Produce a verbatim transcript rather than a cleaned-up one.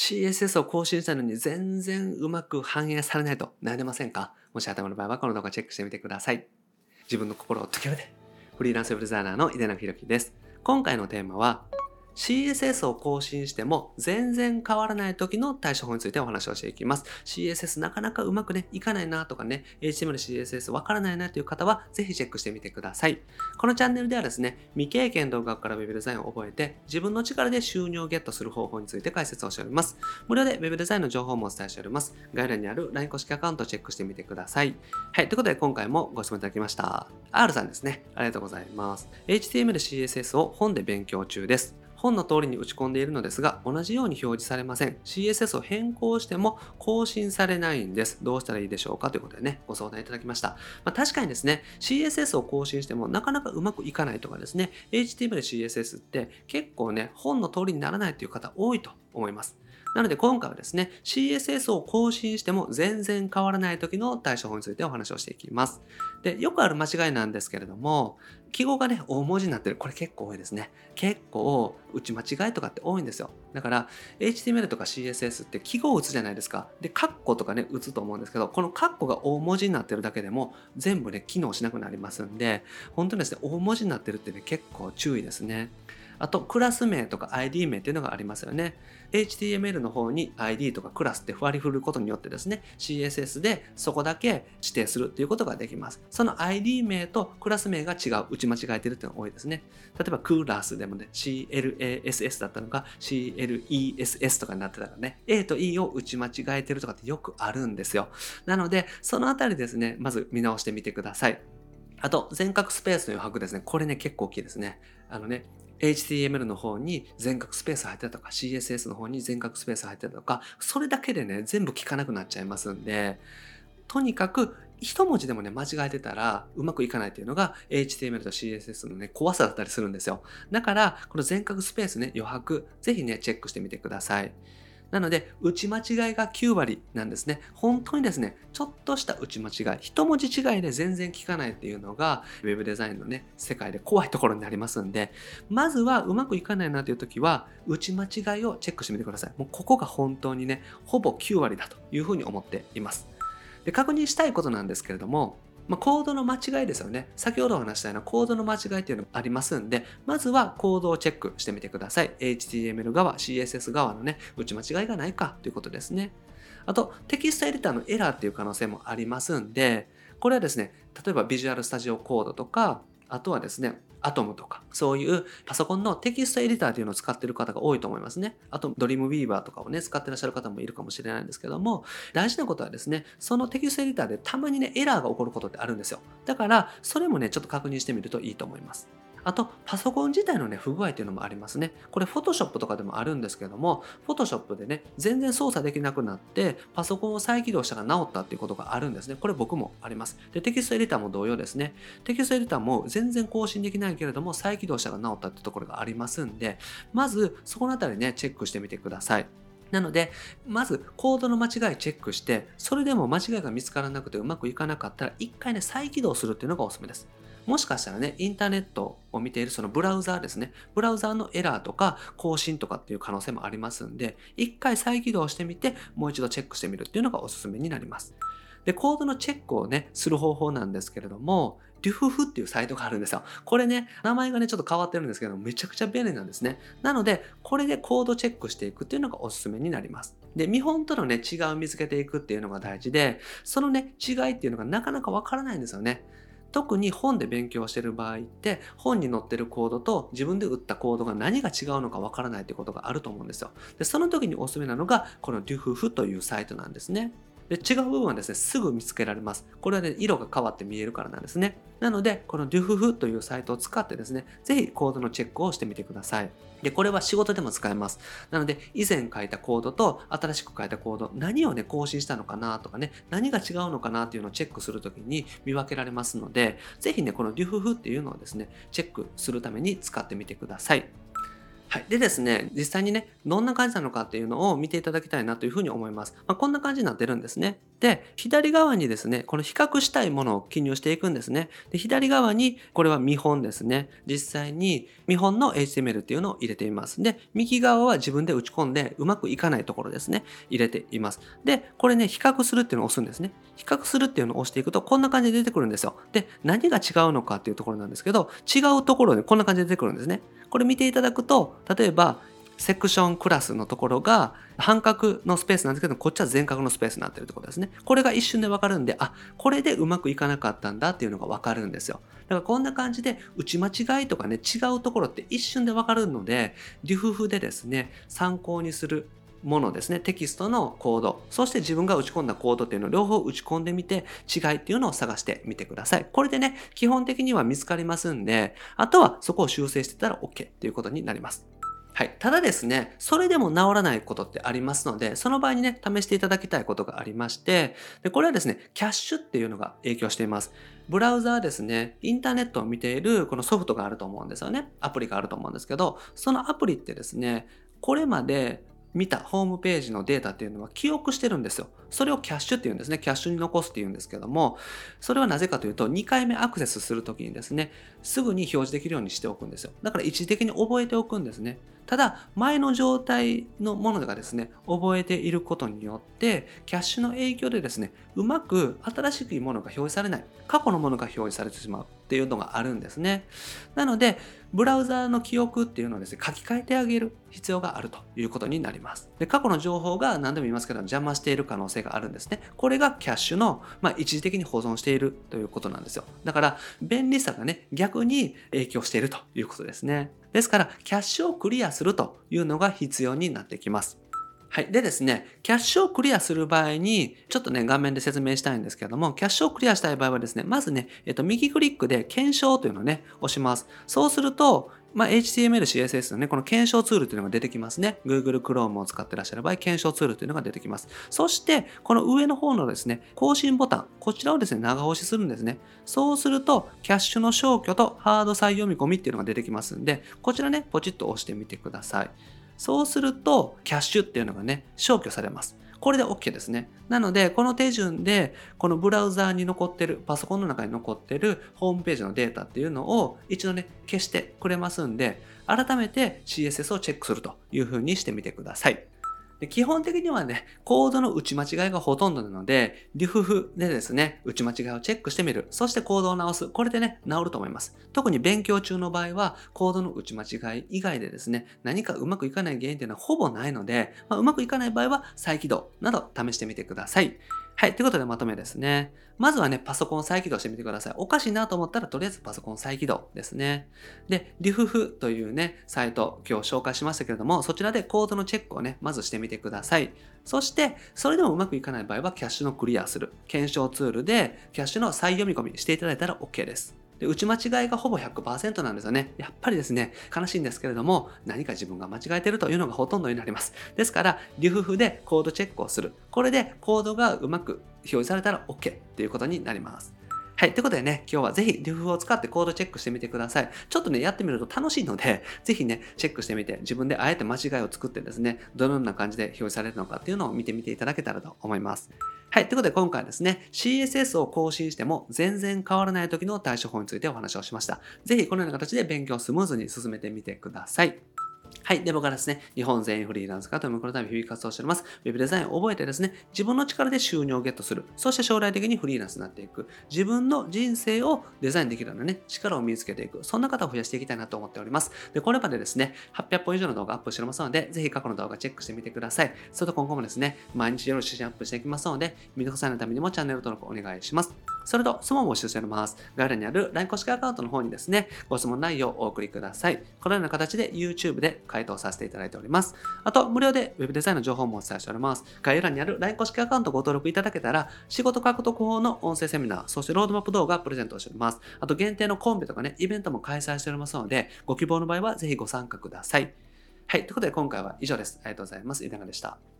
シーエスエス を更新したのに全然うまく反映されないと悩んでませんか？もし頭の場合はこの動画チェックしてみてください。自分の心を解けるで。フリーランスウェブデザイナーの井出中弘樹です。今回のテーマは シーエスエス を更新しても全然変わらない時の対処法についてお話をしていきます。シーエスエス なかなかうまくね、いかないなとかね、エイチティーエムエル、シーエスエス わからないなという方はぜひチェックしてみてください。このチャンネルではですね、未経験動画から Web デザインを覚えて自分の力で収入をゲットする方法について解説をしております。無料で Web デザインの情報もお伝えしております。概要欄にある ライン 公式アカウントをチェックしてみてください。はい、ということで今回もご質問いただきました。R さんですね。ありがとうございます。エイチティーエムエル、シーエスエス を本で勉強中です。本の通りに打ち込んでいるのですが、同じように表示されません。シーエスエス を変更しても更新されないんです。どうしたらいいでしょうかということでね、ご相談いただきました。まあ、確かにですね、シーエスエス を更新してもなかなかうまくいかないとかですね、エイチティーエムエル、シーエスエス って結構ね、本の通りにならないという方多いと思います。なので今回はですね、シーエスエス を更新しても全然変わらない時の対処法についてお話をしていきます。で、よくある間違いなんですけれども、記号がね、大文字になってる。これ結構多いですね。結構打ち間違いとかって多いんですよ。だから エイチティーエムエル とか シーエスエス って記号を打つじゃないですか。で、カッコとかね、打つと思うんですけど、このカッコが大文字になってるだけでも全部ね、機能しなくなりますんで、本当にですね、大文字になってるってね、結構注意ですね。あと、クラス名とか アイディー 名っていうのがありますよね。エイチティーエムエル の方に アイディー とかクラスって割り振ることによってですね、シーエスエス でそこだけ指定するっていうことができます。その アイディー 名とクラス名が違う、打ち間違えてるっていうのが多いですね。例えば、クラスでもね、シーエルエーエスエス だったのが シーエルイーエスエス とかになってたらね、A と E を打ち間違えてるとかってよくあるんですよ。なので、そのあたりですね、まず見直してみてください。あと、全角スペースの余白ですね。これね、結構大きいですね。あのね、エイチティーエムエル の方に全角スペース入ってたとか シーエスエス の方に全角スペース入ってたとか、それだけでね、全部聞かなくなっちゃいますんで、とにかく一文字でもね、間違えてたらうまくいかないっていうのが エイチティーエムエル と シーエスエス のね、怖さだったりするんですよ。だから、この全角スペースね、余白、ぜひね、チェックしてみてください。なので、打ち間違いがきゅうわりなんですね。本当にですね、ちょっとした打ち間違い、一文字違いで全然効かないっていうのが、ウェブデザインのね、世界で怖いところになりますんで、まずはうまくいかないなという時は、打ち間違いをチェックしてみてください。もうここが本当にね、ほぼきゅうわりだというふうに思っています。で、確認したいことなんですけれども、まあ、コードの間違いですよね。先ほどお話したようなコードの間違いっていうのがありますんで、まずはコードをチェックしてみてください。エイチティーエムエル 側、シーエスエス 側のね、打ち間違いがないかということですね。あと、テキストエディターのエラーっていう可能性もありますんで、これはですね、例えばビジュアルスタジオコードとか、あとはですね、アトムとか、そういうパソコンのテキストエディターというのを使っている方が多いと思いますね。あと、ドリームウィーバーとかをね、使ってらっしゃる方もいるかもしれないんですけども、大事なことはですね、そのテキストエディターでたまにね、エラーが起こることってあるんですよ。だから、それもね、ちょっと確認してみるといいと思います。あと、パソコン自体のね、不具合っていうのもありますね。これ、Photoshop とかでもあるんですけども、Photoshop でね、全然操作できなくなって、パソコンを再起動したら治ったっていうことがあるんですね。これ僕もあります。で、テキストエディターも同様ですね。テキストエディターも全然更新できないけれども、再起動したら治ったってところがありますんで、まず、そこのあたりね、チェックしてみてください。なので、まずコードの間違いチェックして、それでも間違いが見つからなくてうまくいかなかったら、一回ね、再起動するっていうのがおすすめです。もしかしたらね、インターネットを見ているそのブラウザーですね。ブラウザーのエラーとか更新とかっていう可能性もありますんで、一回再起動してみて、もう一度チェックしてみるっていうのがおすすめになります。で、コードのチェックをね、する方法なんですけれども、デュフフっていうサイトがあるんですよ。これね、名前がね、ちょっと変わってるんですけど、めちゃくちゃ便利なんですね。なので、これでコードチェックしていくっていうのがおすすめになります。で、見本とのね、違いを見つけていくっていうのが大事で、そのね、違いっていうのがなかなかわからないんですよね。特に本で勉強してる場合って、本に載ってるコードと自分で打ったコードが何が違うのかわからないってことがあると思うんですよ。で、その時におすすめなのが、このデュフフというサイトなんですね。で、違う部分はですね、すぐ見つけられます。これはね、色が変わって見えるからなんですね。なので、この デュフフ というサイトを使ってですね、ぜひコードのチェックをしてみてください。で、これは仕事でも使えます。なので、以前書いたコードと新しく書いたコード、何をね、更新したのかなとかね、何が違うのかなっていうのをチェックするときに見分けられますので、ぜひね、この デュフフ っていうのをですね、チェックするために使ってみてください。 はい。でですね、実際にね、どんな感じなのかっていうのを見ていただきたいなというふうに思います。まあ、こんな感じになってるんですね。で、左側にですね、この比較したいものを記入していくんですね。で、左側に、これは見本ですね。実際に見本の エイチティーエムエル っていうのを入れています。で、右側は自分で打ち込んでうまくいかないところですね。入れています。で、これね、比較するっていうのを押すんですね。比較するっていうのを押していくと、こんな感じで出てくるんですよ。で、何が違うのかっていうところなんですけど、違うところでこんな感じで出てくるんですね。これ見ていただくと、例えば、セクションクラスのところが半角のスペースなんですけど、こっちは全角のスペースになってるってことですね。これが一瞬でわかるんで、あ、これでうまくいかなかったんだっていうのがわかるんですよ。だからこんな感じで打ち間違いとかね、違うところって一瞬でわかるので、デュフフでですね、参考にするものですね、テキストのコード、そして自分が打ち込んだコードっていうのを両方打ち込んでみて、違いっていうのを探してみてください。これでね、基本的には見つかりますんで、あとはそこを修正してたら OK っていうことになります。はい。ただですね、それでも治らないことってありますので、その場合にね、試していただきたいことがありまして、で、これはですね、キャッシュっていうのが影響しています。ブラウザーですね、インターネットを見ているこのソフトがあると思うんですよね。アプリがあると思うんですけど、そのアプリってですね、これまで見たホームページのデータっていうのは記憶してるんですよ。それをキャッシュっていうんですね。キャッシュに残すっていうんですけども、それはなぜかというと、にかいめアクセスするときにですね、すぐに表示できるようにしておくんですよ。だから一時的に覚えておくんですね。ただ、前の状態のものがですね、覚えていることによって、キャッシュの影響でですね、うまく新しいものが表示されない、過去のものが表示されてしまうっていうのがあるんですね。なので、ブラウザーの記憶っていうのをですね、書き換えてあげる必要があるということになります。で、過去の情報が何度も言いますけど、邪魔している可能性があるんですね。これがキャッシュの、まあ、一時的に保存しているということなんですよ。だから、便利さがね、逆に影響しているということですね。ですから、キャッシュをクリアするというのが必要になってきます。はい。でですね、キャッシュをクリアする場合に、ちょっとね、画面で説明したいんですけれども、キャッシュをクリアしたい場合はですね、まずね、えっと、右クリックで検証というのをね、押します。そうすると、まあ、エイチティーエムエル、シーエスエス のね、この検証ツールというのが出てきますね。Google Chrome を使ってらっしゃる場合、検証ツールというのが出てきます。そして、この上の方のですね、更新ボタン、こちらをですね、長押しするんですね。そうすると、キャッシュの消去とハード再読み込みっていうのが出てきますんで、こちらね、ポチッと押してみてください。そうすると、キャッシュっていうのがね、消去されます。これで OK ですね。なので、この手順で、このブラウザーに残ってる、パソコンの中に残ってるホームページのデータっていうのを一度ね、消してくれますんで、改めて シーエスエス をチェックするという風にしてみてください。で基本的にはね、コードの打ち間違いがほとんどなので、デュフフでですね、打ち間違いをチェックしてみる。そしてコードを直す。これでね、直ると思います。特に勉強中の場合は、コードの打ち間違い以外でですね、何かうまくいかない原因っていうのはほぼないので、まあ、うまくいかない場合は再起動など試してみてください。はい。ということでまとめですね。まずはね、パソコンを再起動してみてください。おかしいなと思ったら、とりあえずパソコン再起動ですね。で、デュフフというね、サイト、今日紹介しましたけれども、そちらでコードのチェックをね、まずしてみてください。そして、それでもうまくいかない場合は、キャッシュのクリアする。検証ツールで、キャッシュの再読み込みしていただいたら OK です。で、打ち間違いがほぼ ひゃくパーセント なんですよね。やっぱりですね、悲しいんですけれども、何か自分が間違えているというのがほとんどになります。ですから、デュフフでコードチェックをする。これでコードがうまく表示されたら OK ということになります。はい。ということでね、今日はぜひ デュフフ を使ってコードチェックしてみてください。ちょっとね、やってみると楽しいので、ぜひね、チェックしてみて、自分であえて間違いを作ってですね、どのような感じで表示されるのかっていうのを見てみていただけたらと思います。はい。ということで今回はですね、シーエスエス を更新しても全然変わらない時の対処法についてお話をしました。ぜひこのような形で勉強をスムーズに進めてみてください。はい。で、僕はですね、日本全員フリーランス化というこのため日々活動しております。ウェブデザインを覚えてですね、自分の力で収入をゲットする。そして将来的にフリーランスになっていく。自分の人生をデザインできるようなね、力を身につけていく。そんな方を増やしていきたいなと思っております。で、これまでですね、はっぴゃっぽん以上の動画アップしておりますので、ぜひ過去の動画チェックしてみてください。それと今後もですね、毎日夜写真アップしていきますので、見逃さないためにもチャンネル登録お願いします。それと、質問を募集しております。概要欄にある ライン 公式アカウントの方にですね、ご質問内容をお送りください。このような形で YouTube で回答させていただいております。あと、無料で Web デザインの情報もお伝えしております。概要欄にある ライン 公式アカウントをご登録いただけたら、仕事獲得法の音声セミナー、そしてロードマップ動画をプレゼントしております。あと、限定のコンペとかね、イベントも開催しておりますので、ご希望の場合はぜひご参加ください。はい。ということで今回は以上です。ありがとうございます。いかがでした？